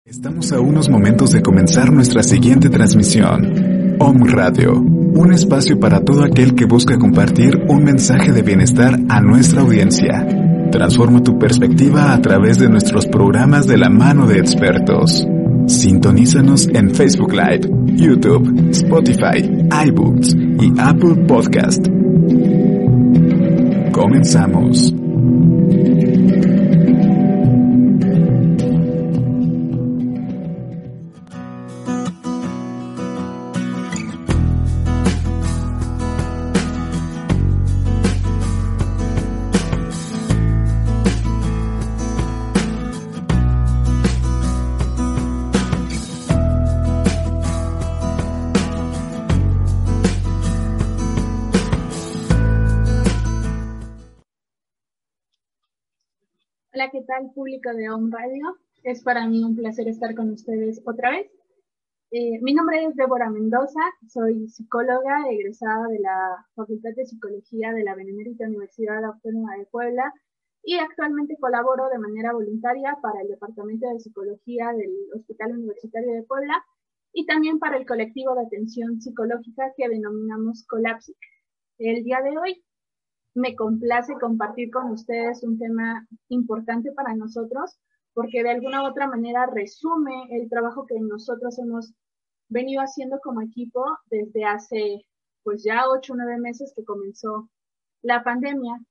Estamos a unos momentos de comenzar nuestra siguiente transmisión. Om Radio, un espacio para todo aquel que busca compartir un mensaje de bienestar a nuestra audiencia. Transforma tu perspectiva a través de nuestros programas de la mano de expertos. Sintonízanos en Facebook Live, YouTube, Spotify, iBooks y Apple Podcast. Comenzamos. Hola, ¿qué tal, público de Om Radio? Es para mí un placer estar con ustedes otra vez. Mi nombre es Débora Mendoza, soy psicóloga egresada de la Facultad de Psicología de la Benemérita Universidad Autónoma de Puebla y actualmente colaboro de manera voluntaria para el Departamento de Psicología del Hospital Universitario de Puebla y también para el colectivo de atención psicológica que denominamos Colapsic. El día de hoy me complace compartir con ustedes un tema importante para nosotros, porque de alguna u otra manera resume el trabajo que nosotros hemos venido haciendo como equipo desde hace pues ya 8 o 9 meses que comenzó la pandemia.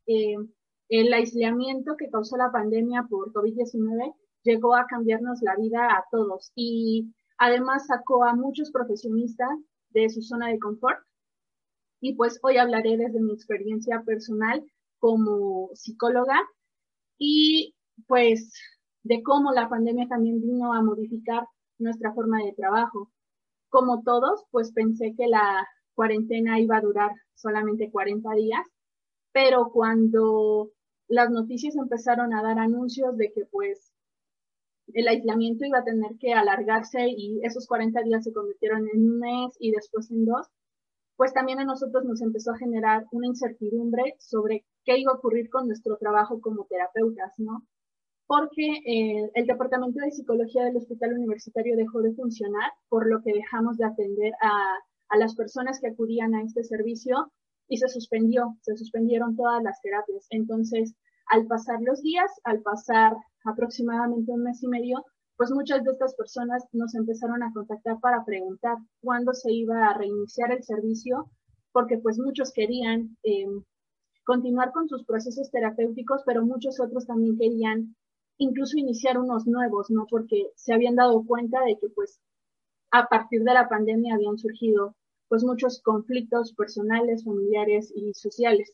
El aislamiento que causó la pandemia por COVID-19 llegó a cambiarnos la vida a todos y además sacó a muchos profesionistas de su zona de confort. Y pues hoy hablaré desde mi experiencia personal como psicóloga y pues de cómo la pandemia también vino a modificar nuestra forma de trabajo. Como todos, pues pensé que la cuarentena iba a durar solamente 40 días, pero cuando las noticias empezaron a dar anuncios de que pues el aislamiento iba a tener que alargarse y esos 40 días se convirtieron en un mes y después en 2, pues también a nosotros nos empezó a generar una incertidumbre sobre qué iba a ocurrir con nuestro trabajo como terapeutas, ¿no? Porque el Departamento de Psicología del Hospital Universitario dejó de funcionar, por lo que dejamos de atender a las personas que acudían a este servicio y se suspendieron todas las terapias. Entonces, al pasar los días, al pasar aproximadamente un mes y medio, pues muchas de estas personas nos empezaron a contactar para preguntar cuándo se iba a reiniciar el servicio, porque pues muchos querían continuar con sus procesos terapéuticos, pero muchos otros también querían incluso iniciar unos nuevos, ¿no? Porque se habían dado cuenta de que pues a partir de la pandemia habían surgido pues muchos conflictos personales, familiares y sociales.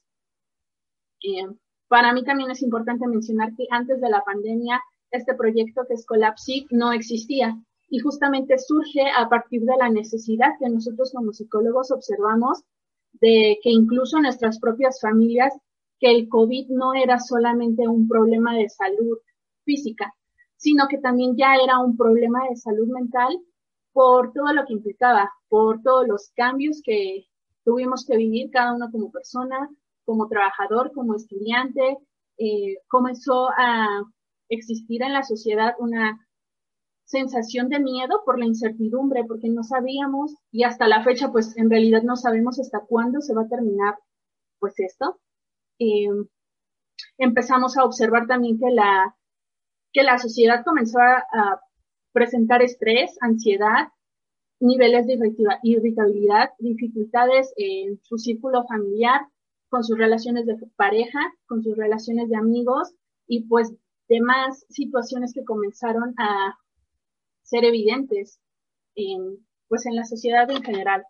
Para mí también es importante mencionar que antes de la pandemia este proyecto que es Colapsic no existía y justamente surge a partir de la necesidad que nosotros como psicólogos observamos de que incluso nuestras propias familias, que el COVID no era solamente un problema de salud física, sino que también ya era un problema de salud mental por todo lo que implicaba, por todos los cambios que tuvimos que vivir cada uno como persona, como trabajador, como estudiante. Comenzó a existir en la sociedad una sensación de miedo por la incertidumbre, porque no sabíamos, y hasta la fecha, pues en realidad no sabemos hasta cuándo se va a terminar, pues esto. Empezamos a observar también que la sociedad comenzó a presentar estrés, ansiedad, niveles de irritabilidad, dificultades en su círculo familiar, con sus relaciones de pareja, con sus relaciones de amigos, y pues demás situaciones que comenzaron a ser evidentes pues en la sociedad en general.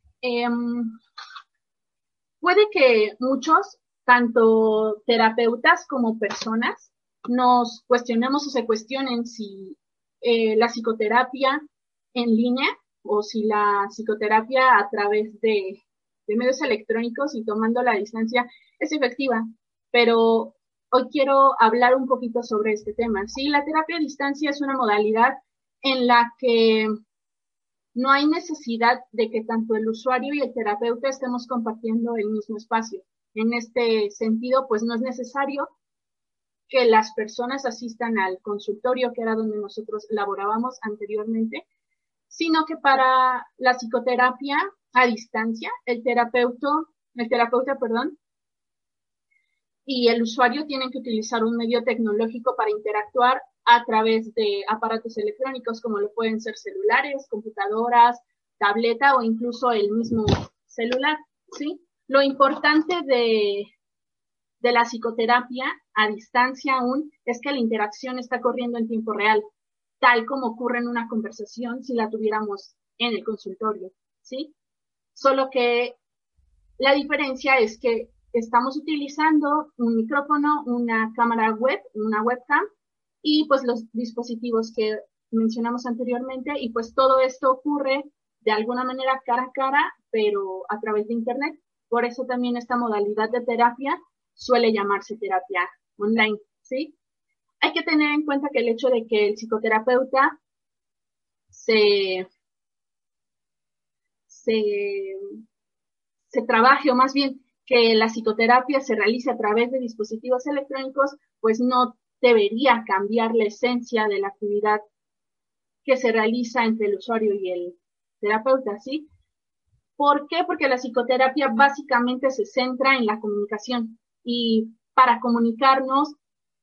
Puede que muchos, tanto terapeutas como personas, nos cuestionemos o se cuestionen si la psicoterapia en línea o si la psicoterapia a través de medios electrónicos y tomando la distancia es efectiva, pero hoy quiero hablar un poquito sobre este tema. Sí, la terapia a distancia es una modalidad en la que no hay necesidad de que tanto el usuario y el terapeuta estemos compartiendo el mismo espacio. En este sentido, pues no es necesario que las personas asistan al consultorio, que era donde nosotros laborábamos anteriormente, sino que para la psicoterapia a distancia, el terapeuta, perdón, y el usuario tienen que utilizar un medio tecnológico para interactuar a través de aparatos electrónicos, como lo pueden ser celulares, computadoras, tableta o incluso el mismo celular, ¿sí? Lo importante de la psicoterapia a distancia aún es que la interacción está corriendo en tiempo real, tal como ocurre en una conversación si la tuviéramos en el consultorio, ¿sí? Solo que la diferencia es que estamos utilizando un micrófono, una cámara web, una webcam y pues los dispositivos que mencionamos anteriormente y pues todo esto ocurre de alguna manera cara a cara, pero a través de internet. Por eso también esta modalidad de terapia suele llamarse terapia online, ¿sí? Hay que tener en cuenta que el hecho de que el psicoterapeuta se trabaje, o más bien que la psicoterapia se realice a través de dispositivos electrónicos, pues no debería cambiar la esencia de la actividad que se realiza entre el usuario y el terapeuta, ¿sí? ¿Por qué? Porque la psicoterapia básicamente se centra en la comunicación y para comunicarnos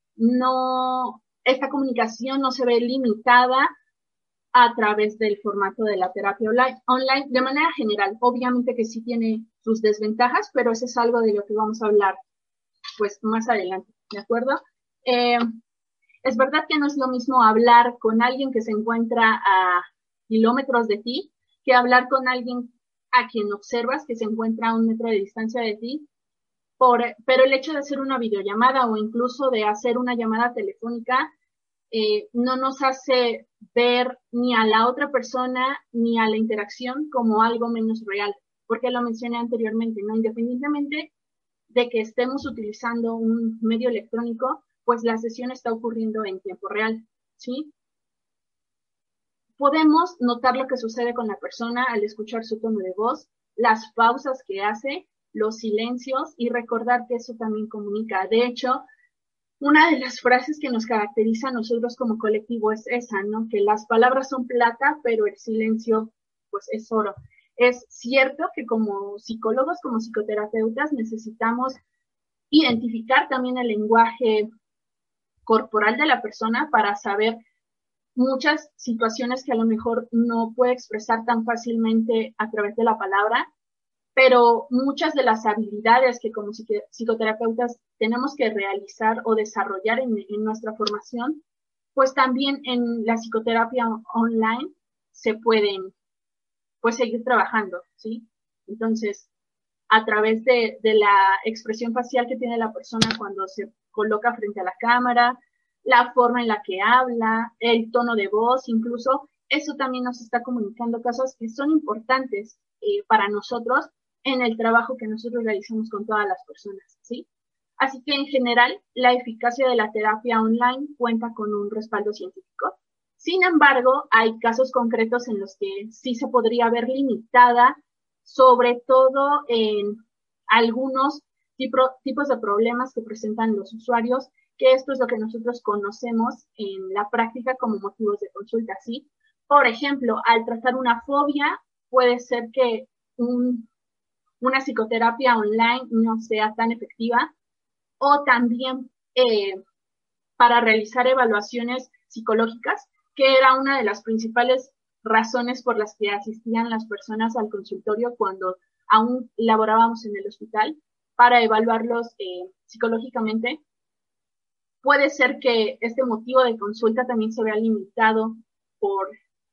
esta comunicación no se ve limitada a través del formato de la terapia online de manera general. Obviamente que sí tiene sus desventajas, pero eso es algo de lo que vamos a hablar pues más adelante, ¿de acuerdo? Es verdad que no es lo mismo hablar con alguien que se encuentra a kilómetros de ti que hablar con alguien a quien observas que se encuentra a 1 metro de distancia de ti, pero el hecho de hacer una videollamada o incluso de hacer una llamada telefónica no nos hace ver ni a la otra persona ni a la interacción como algo menos real, porque lo mencioné anteriormente, ¿no? Independientemente de que estemos utilizando un medio electrónico, pues la sesión está ocurriendo en tiempo real, ¿sí? Podemos notar lo que sucede con la persona al escuchar su tono de voz, las pausas que hace, los silencios y recordar que eso también comunica. De hecho, una de las frases que nos caracteriza a nosotros como colectivo es esa, ¿no? Que las palabras son plata, pero el silencio, pues, es oro. Es cierto que como psicólogos, como psicoterapeutas, necesitamos identificar también el lenguaje corporal de la persona para saber muchas situaciones que a lo mejor no puede expresar tan fácilmente a través de la palabra, pero muchas de las habilidades que como psicoterapeutas tenemos que realizar o desarrollar en nuestra formación, pues también en la psicoterapia online se pueden pues seguir trabajando, ¿sí? Entonces, a través de la expresión facial que tiene la persona cuando se coloca frente a la cámara, la forma en la que habla, el tono de voz, incluso eso también nos está comunicando cosas que son importantes para nosotros en el trabajo que nosotros realizamos con todas las personas, ¿sí? Así que en general, la eficacia de la terapia online cuenta con un respaldo científico. Sin embargo, hay casos concretos en los que sí se podría ver limitada, sobre todo en algunos tipos de problemas que presentan los usuarios, que esto es lo que nosotros conocemos en la práctica como motivos de consulta, ¿sí? Por ejemplo, al tratar una fobia, puede ser que una psicoterapia online no sea tan efectiva, o también para realizar evaluaciones psicológicas, que era una de las principales razones por las que asistían las personas al consultorio cuando aún laborábamos en el hospital, para evaluarlos psicológicamente. Puede ser que este motivo de consulta también se vea limitado por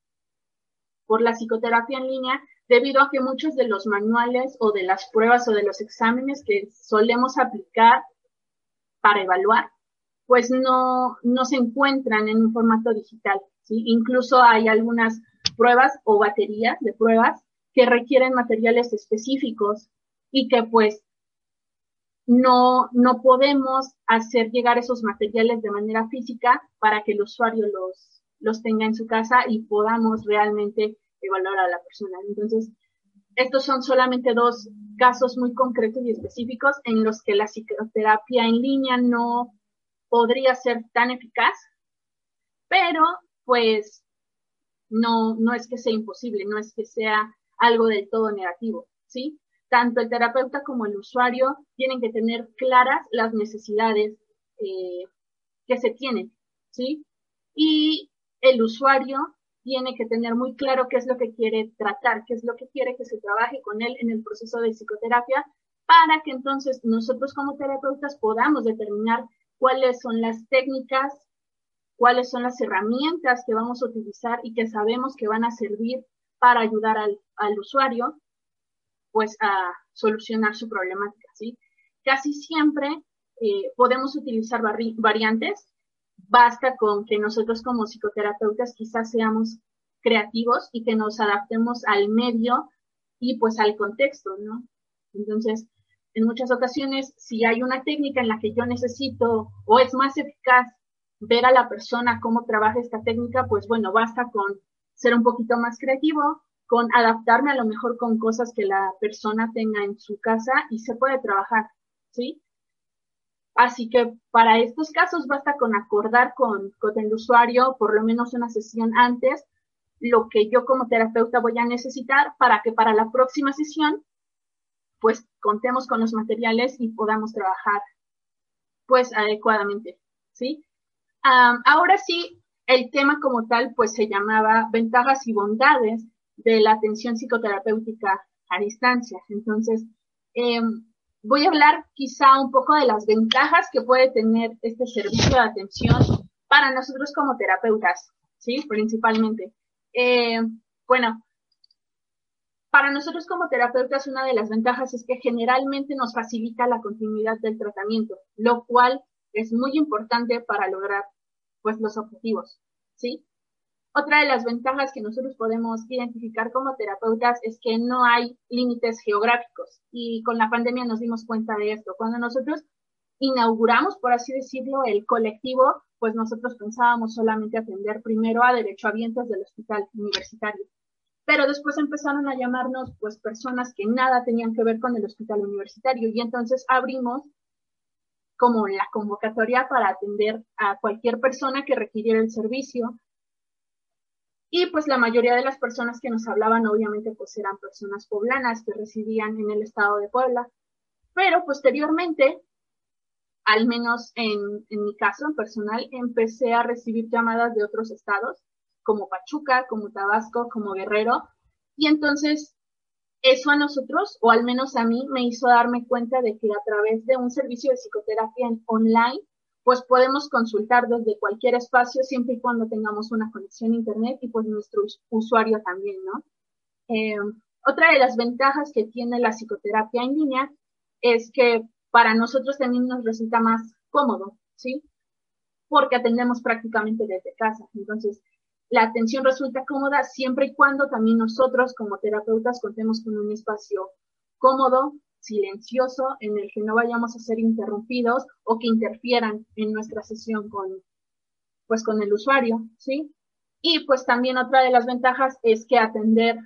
la psicoterapia en línea, debido a que muchos de los manuales o de las pruebas o de los exámenes que solemos aplicar para evaluar, pues no se encuentran en un formato digital, ¿sí? Incluso hay algunas pruebas o baterías de pruebas que requieren materiales específicos y que pues no podemos hacer llegar esos materiales de manera física para que el usuario los tenga en su casa y podamos realmente evaluar a la persona. Entonces, estos son solamente 2 casos muy concretos y específicos en los que la psicoterapia en línea no podría ser tan eficaz, pero pues no es que sea imposible, no es que sea algo del todo negativo, ¿sí? Tanto el terapeuta como el usuario tienen que tener claras las necesidades que se tienen, ¿sí? Y el usuario tiene que tener muy claro qué es lo que quiere tratar, qué es lo que quiere que se trabaje con él en el proceso de psicoterapia, para que entonces nosotros como terapeutas podamos determinar cuáles son las técnicas, cuáles son las herramientas que vamos a utilizar y que sabemos que van a servir para ayudar al usuario pues a solucionar su problemática, ¿sí? Casi siempre podemos utilizar variantes, basta con que nosotros como psicoterapeutas quizás seamos creativos y que nos adaptemos al medio y pues al contexto, ¿no? Entonces, en muchas ocasiones, si hay una técnica en la que yo necesito o es más eficaz ver a la persona cómo trabaja esta técnica, pues bueno, basta con ser un poquito más creativo, con adaptarme a lo mejor con cosas que la persona tenga en su casa y se puede trabajar, ¿sí? Así que para estos casos basta con acordar con el usuario por lo menos una sesión antes lo que yo como terapeuta voy a necesitar para que para la próxima sesión pues contemos con los materiales y podamos trabajar pues adecuadamente, ¿sí? Ahora sí, el tema como tal pues se llamaba ventajas y bondades de la atención psicoterapéutica a distancia. Entonces, voy a hablar quizá un poco de las ventajas que puede tener este servicio de atención para nosotros como terapeutas, ¿sí? Principalmente. Bueno, para nosotros como terapeutas una de las ventajas es que generalmente nos facilita la continuidad del tratamiento, lo cual es muy importante para lograr pues los objetivos, ¿sí? Otra de las ventajas que nosotros podemos identificar como terapeutas es que no hay límites geográficos y con la pandemia nos dimos cuenta de esto. Cuando nosotros inauguramos, por así decirlo, el colectivo, pues nosotros pensábamos solamente atender primero a derechohabientes del hospital universitario. Pero después empezaron a llamarnos pues personas que nada tenían que ver con el hospital universitario y entonces abrimos como la convocatoria para atender a cualquier persona que requiriera el servicio. Y pues la mayoría de las personas que nos hablaban obviamente pues eran personas poblanas que residían en el estado de Puebla. Pero posteriormente, al menos en mi caso en personal, empecé a recibir llamadas de otros estados, como Pachuca, como Tabasco, como Guerrero. Y entonces eso a nosotros, o al menos a mí, me hizo darme cuenta de que a través de un servicio de psicoterapia online, pues podemos consultar desde cualquier espacio siempre y cuando tengamos una conexión a internet y pues nuestro usuario también, ¿no? Eh, Otra de las ventajas que tiene la psicoterapia en línea es que para nosotros también nos resulta más cómodo, ¿sí? Porque atendemos prácticamente desde casa. Entonces, la atención resulta cómoda siempre y cuando también nosotros como terapeutas contemos con un espacio cómodo, silencioso, en el que no vayamos a ser interrumpidos o que interfieran en nuestra sesión pues con el usuario, ¿sí? Y pues también otra de las ventajas es que atender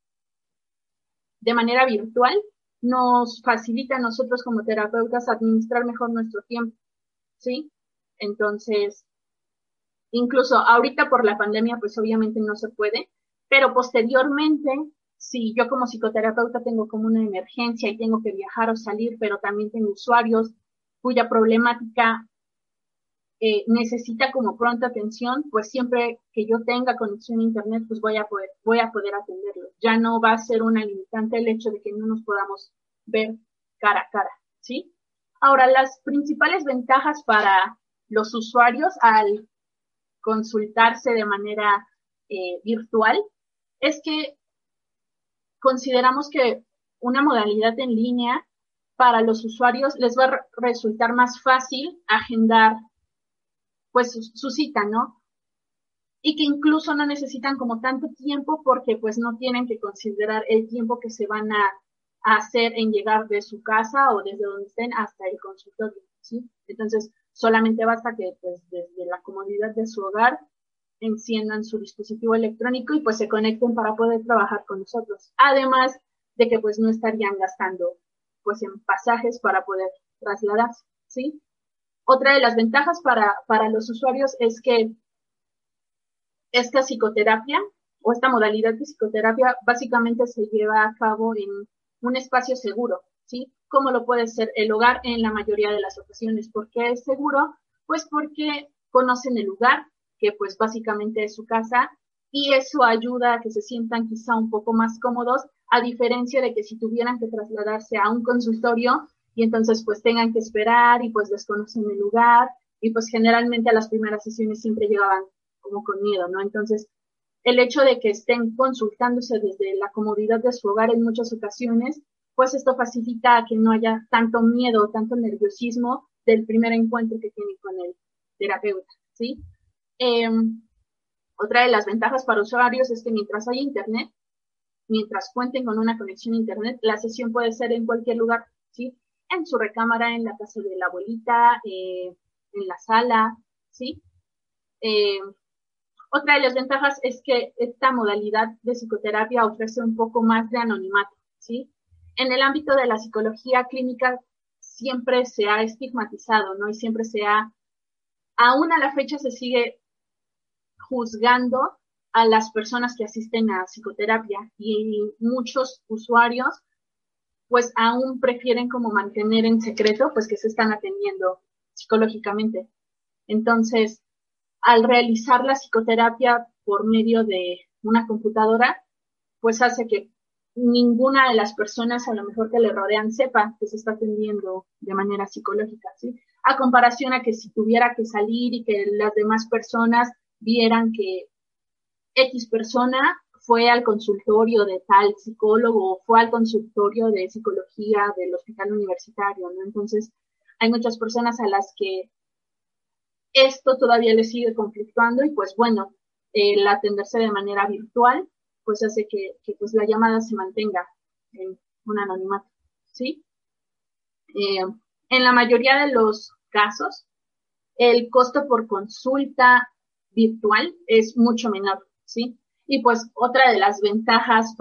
de manera virtual nos facilita a nosotros como terapeutas administrar mejor nuestro tiempo, ¿sí? Entonces, incluso ahorita por la pandemia, pues obviamente no se puede, pero posteriormente, si yo como psicoterapeuta tengo como una emergencia y tengo que viajar o salir, pero también tengo usuarios cuya problemática necesita como pronta atención, pues siempre que yo tenga conexión a internet, pues voy a poder atenderlo. Ya no va a ser una limitante el hecho de que no nos podamos ver cara a cara, ¿sí? Ahora, las principales ventajas para los usuarios al consultarse de manera virtual es que consideramos que una modalidad en línea para los usuarios les va a resultar más fácil agendar pues su cita, ¿no? Y que incluso no necesitan como tanto tiempo porque pues no tienen que considerar el tiempo que se van a hacer en llegar de su casa o desde donde estén hasta el consultorio, ¿sí? Entonces, solamente basta que pues desde la comodidad de su hogar enciendan su dispositivo electrónico y pues se conecten para poder trabajar con nosotros. Además de que pues no estarían gastando pues en pasajes para poder trasladarse, ¿sí? Otra de las ventajas para los usuarios es que esta psicoterapia o esta modalidad de psicoterapia básicamente se lleva a cabo en un espacio seguro, ¿sí? Como lo puede ser el hogar en la mayoría de las ocasiones. ¿Por qué es seguro? Pues porque conocen el lugar, que pues básicamente es su casa, y eso ayuda a que se sientan quizá un poco más cómodos, a diferencia de que si tuvieran que trasladarse a un consultorio y entonces pues tengan que esperar y pues desconocen el lugar y pues generalmente a las primeras sesiones siempre llegaban como con miedo, ¿no? Entonces, el hecho de que estén consultándose desde la comodidad de su hogar en muchas ocasiones, pues esto facilita que no haya tanto miedo, tanto nerviosismo del primer encuentro que tienen con el terapeuta, ¿sí? Eh, Otra de las ventajas para usuarios es que mientras haya internet, mientras cuenten con una conexión a internet, la sesión puede ser en cualquier lugar, ¿sí? En su recámara, en la casa de la abuelita, en la sala, ¿sí? Eh, Otra de las ventajas es que esta modalidad de psicoterapia ofrece un poco más de anonimato, ¿sí? En el ámbito de la psicología clínica siempre se ha estigmatizado, ¿no? Y siempre aún a la fecha se sigue juzgando a las personas que asisten a psicoterapia y muchos usuarios pues aún prefieren como mantener en secreto pues que se están atendiendo psicológicamente. Entonces, al realizar la psicoterapia por medio de una computadora, pues hace que ninguna de las personas a lo mejor que le rodean sepa que se está atendiendo de manera psicológica, ¿sí? A comparación a que si tuviera que salir y que las demás personas vieran que X persona fue al consultorio de tal psicólogo o fue al consultorio de psicología del hospital universitario, ¿no? Entonces, hay muchas personas a las que esto todavía le sigue conflictuando y pues bueno, el atenderse de manera virtual pues hace que pues la llamada se mantenga en un anonimato, ¿sí? Eh, en la mayoría de los casos, el costo por consulta virtual es mucho menor, ¿sí? Y pues otra de las ventajas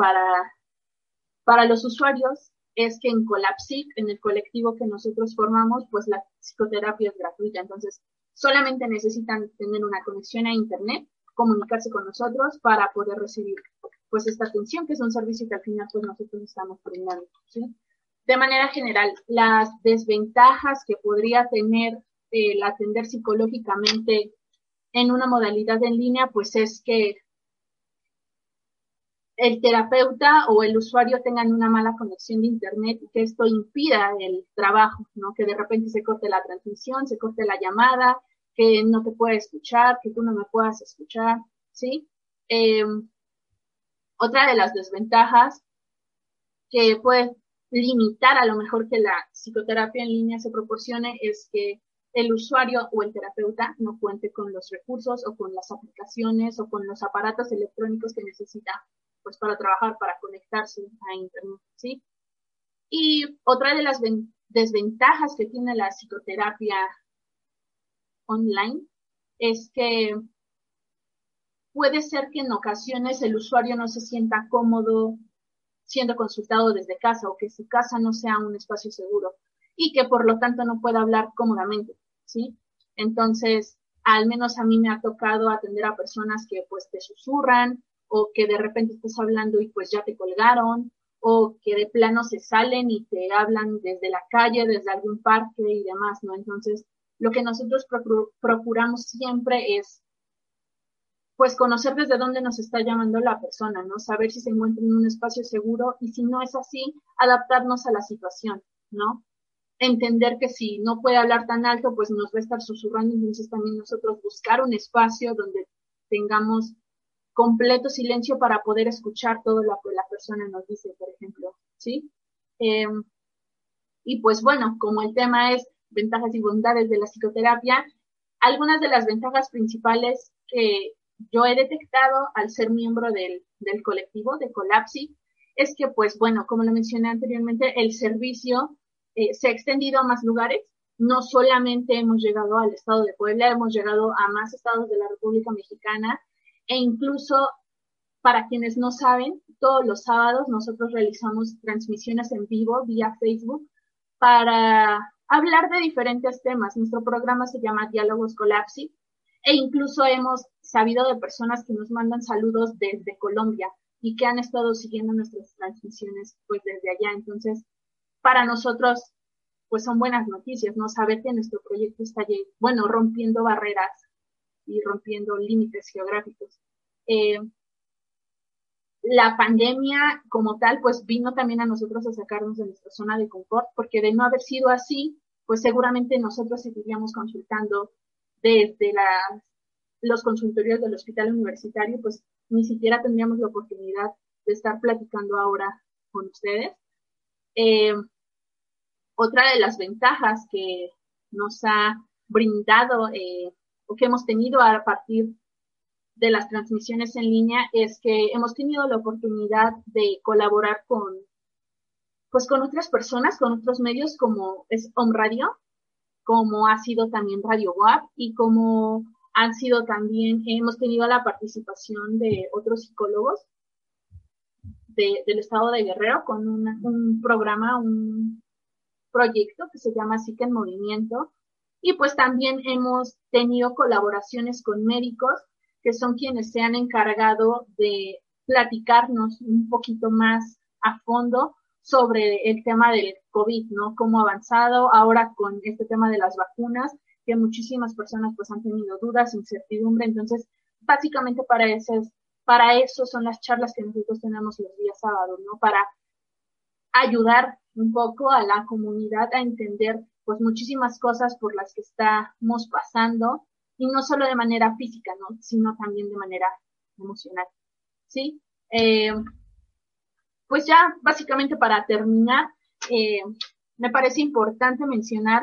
para los usuarios es que en Colapsic, en el colectivo que nosotros formamos, pues la psicoterapia es gratuita. Entonces, solamente necesitan tener una conexión a Internet, comunicarse con nosotros para poder recibir pues esta atención, que es un servicio que al final pues nosotros estamos brindando, ¿sí? De manera general, las desventajas que podría tener el atender psicológicamente en una modalidad en línea, pues es que el terapeuta o el usuario tengan una mala conexión de internet y que esto impida el trabajo, ¿no? Que de repente se corte la transmisión, se corte la llamada, que no te pueda escuchar, que tú no me puedas escuchar, ¿sí? Eh, Otra de las desventajas que puede limitar a lo mejor que la psicoterapia en línea se proporcione es que el usuario o el terapeuta no cuente con los recursos o con las aplicaciones o con los aparatos electrónicos que necesita pues para trabajar, para conectarse a internet, ¿sí? Y otra de las desventajas que tiene la psicoterapia online es que puede ser que en ocasiones el usuario no se sienta cómodo siendo consultado desde casa o que su casa no sea un espacio seguro y que por lo tanto no pueda hablar cómodamente, ¿sí? Entonces, al menos a mí me ha tocado atender a personas que pues te susurran o que de repente estás hablando y pues ya te colgaron o que de plano se salen y te hablan desde la calle, desde algún parque y demás, ¿no? Entonces, lo que nosotros procuramos siempre es pues conocer desde dónde nos está llamando la persona, ¿no? Saber si se encuentra en un espacio seguro y si no es así, adaptarnos a la situación, ¿no? Entender que si no puede hablar tan alto, pues nos va a estar susurrando, entonces también nosotros buscar un espacio donde tengamos completo silencio para poder escuchar todo lo que la persona nos dice, por ejemplo, ¿sí? Eh, y pues bueno, como el tema es ventajas y bondades de la psicoterapia, algunas de las ventajas principales que yo he detectado al ser miembro del colectivo de Colapsi es que, pues bueno, como lo mencioné anteriormente, el servicio se ha extendido a más lugares. No solamente hemos llegado al estado de Puebla, hemos llegado a más estados de la República Mexicana e incluso para quienes no saben, todos los sábados nosotros realizamos transmisiones en vivo vía Facebook para hablar de diferentes temas. Nuestro programa se llama Diálogos Colapsi e incluso hemos sabido de personas que nos mandan saludos desde Colombia y que han estado siguiendo nuestras transmisiones pues desde allá. Entonces, para nosotros pues son buenas noticias, ¿no? Saber que nuestro proyecto está, bueno, rompiendo barreras y rompiendo límites geográficos. La pandemia como tal, pues vino también a nosotros a sacarnos de nuestra zona de confort, porque de no haber sido así, pues seguramente nosotros seguiríamos consultando desde los consultorios del hospital universitario, pues ni siquiera tendríamos la oportunidad de estar platicando ahora con ustedes. Otra de las ventajas que nos ha brindado o que hemos tenido a partir de las transmisiones en línea es que hemos tenido la oportunidad de colaborar con otras personas, con otros medios como es Om Radio, como ha sido también Radio WAP y como han sido también, hemos tenido la participación de otros psicólogos del estado de Guerrero con un programa, un proyecto que se llama Psique en Movimiento, y pues también hemos tenido colaboraciones con médicos que son quienes se han encargado de platicarnos un poquito más a fondo sobre el tema del COVID, ¿no? Cómo ha avanzado ahora con este tema de las vacunas, que muchísimas personas pues han tenido dudas, incertidumbre. Entonces, básicamente para eso son las charlas que nosotros tenemos los días sábados, ¿no? Para ayudar un poco a la comunidad a entender pues muchísimas cosas por las que estamos pasando, y no solo de manera física, ¿no? Sino también de manera emocional, ¿sí? Pues ya básicamente para terminar, me parece importante mencionar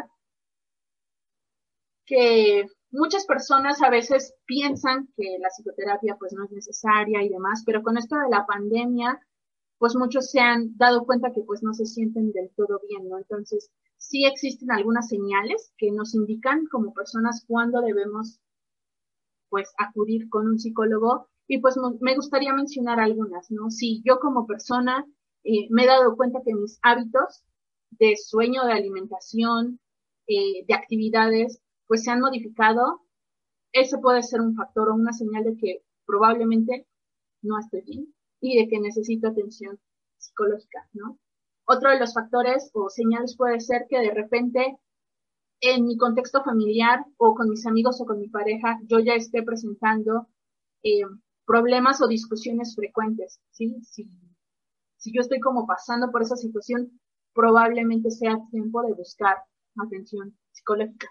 que muchas personas a veces piensan que la psicoterapia pues no es necesaria y demás, pero con esto de la pandemia, pues muchos se han dado cuenta que pues no se sienten del todo bien, ¿no? Entonces, sí existen algunas señales que nos indican como personas cuándo debemos pues acudir con un psicólogo, y pues me gustaría mencionar algunas, ¿no? Si yo como persona me he dado cuenta que mis hábitos de sueño, de alimentación, de actividades, pues se han modificado, ese puede ser un factor o una señal de que probablemente no estoy bien y de que necesito atención psicológica, ¿no? Otro de los factores o señales puede ser que de repente en mi contexto familiar o con mis amigos o con mi pareja yo ya esté presentando problemas o discusiones frecuentes, ¿sí? Si yo estoy como pasando por esa situación, probablemente sea tiempo de buscar atención psicológica.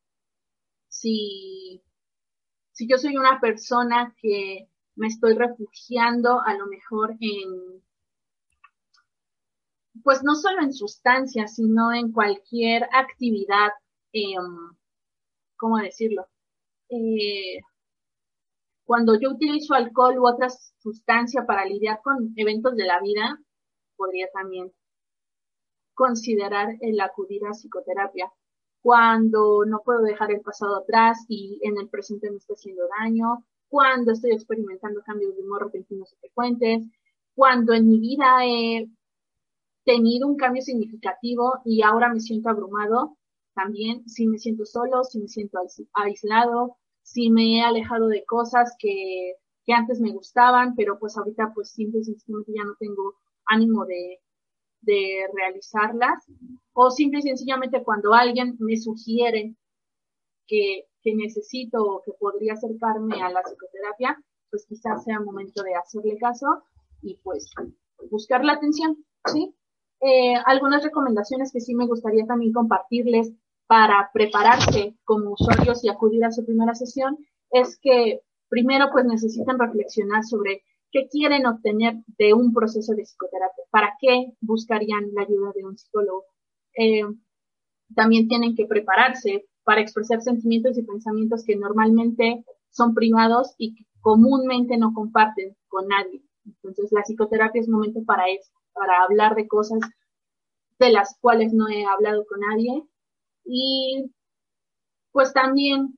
Si yo soy una persona que me estoy refugiando a lo mejor pues no solo en sustancias, sino en cualquier actividad, ¿cómo decirlo? Cuando yo utilizo alcohol u otra sustancia para lidiar con eventos de la vida, podría también considerar el acudir a psicoterapia. Cuando no puedo dejar el pasado atrás y en el presente me está haciendo daño, cuando estoy experimentando cambios de humor repentinos y frecuentes, cuando en mi vida he tenido un cambio significativo y ahora me siento abrumado, también si me siento solo, si me siento aislado, si me he alejado de cosas que antes me gustaban, pero pues ahorita pues simple y sencillamente ya no tengo ánimo de realizarlas, o simple y sencillamente cuando alguien me sugiere que necesito o que podría acercarme a la psicoterapia, pues quizás sea momento de hacerle caso y pues buscar la atención, ¿sí? Algunas recomendaciones que sí me gustaría también compartirles para prepararse como usuarios y acudir a su primera sesión es que primero pues necesitan reflexionar sobre qué quieren obtener de un proceso de psicoterapia, para qué buscarían la ayuda de un psicólogo. También tienen que prepararse para expresar sentimientos y pensamientos que normalmente son privados y que comúnmente no comparten con nadie. Entonces la psicoterapia es momento para eso, para hablar de cosas de las cuales no he hablado con nadie, y pues también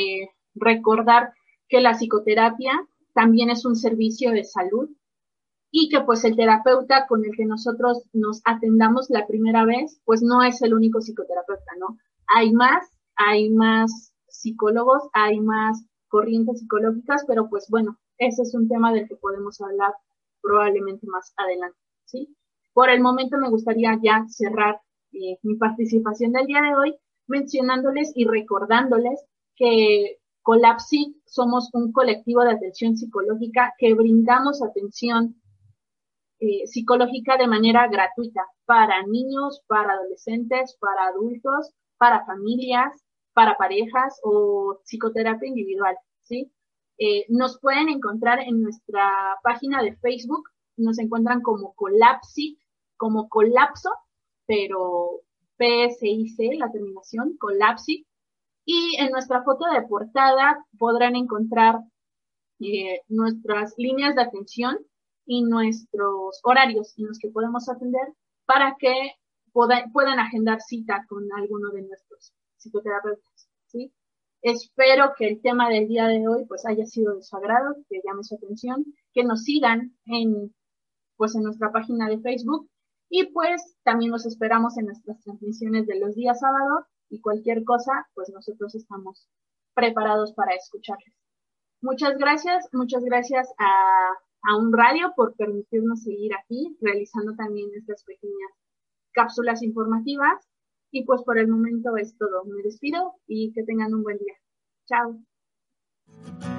recordar que la psicoterapia también es un servicio de salud y que pues el terapeuta con el que nosotros nos atendamos la primera vez, pues no es el único psicoterapeuta, ¿no? Hay más psicólogos, hay más corrientes psicológicas, pero pues bueno, ese es un tema del que podemos hablar probablemente más adelante, ¿sí? Por el momento me gustaría ya cerrar mi participación del día de hoy mencionándoles y recordándoles que Colapsi somos un colectivo de atención psicológica que brindamos atención psicológica de manera gratuita para niños, para adolescentes, para adultos, para familias, para parejas o psicoterapia individual, ¿sí? Nos pueden encontrar en nuestra página de Facebook, nos encuentran como Colapsi, como colapso, pero PSIC, la terminación, Colapsi, y en nuestra foto de portada podrán encontrar nuestras líneas de atención y nuestros horarios en los que podemos atender para que puedan agendar cita con alguno de nuestros psicoterapeutas, ¿sí? Espero que el tema del día de hoy pues haya sido de su agrado, que llame su atención, que nos sigan pues en nuestra página de Facebook y pues también los esperamos en nuestras transmisiones de los días sábados y cualquier cosa pues nosotros estamos preparados para escucharles. Muchas gracias a un radio por permitirnos seguir aquí, realizando también estas pequeñas cápsulas informativas. Y pues por el momento es todo. Me despido y que tengan un buen día. Chao.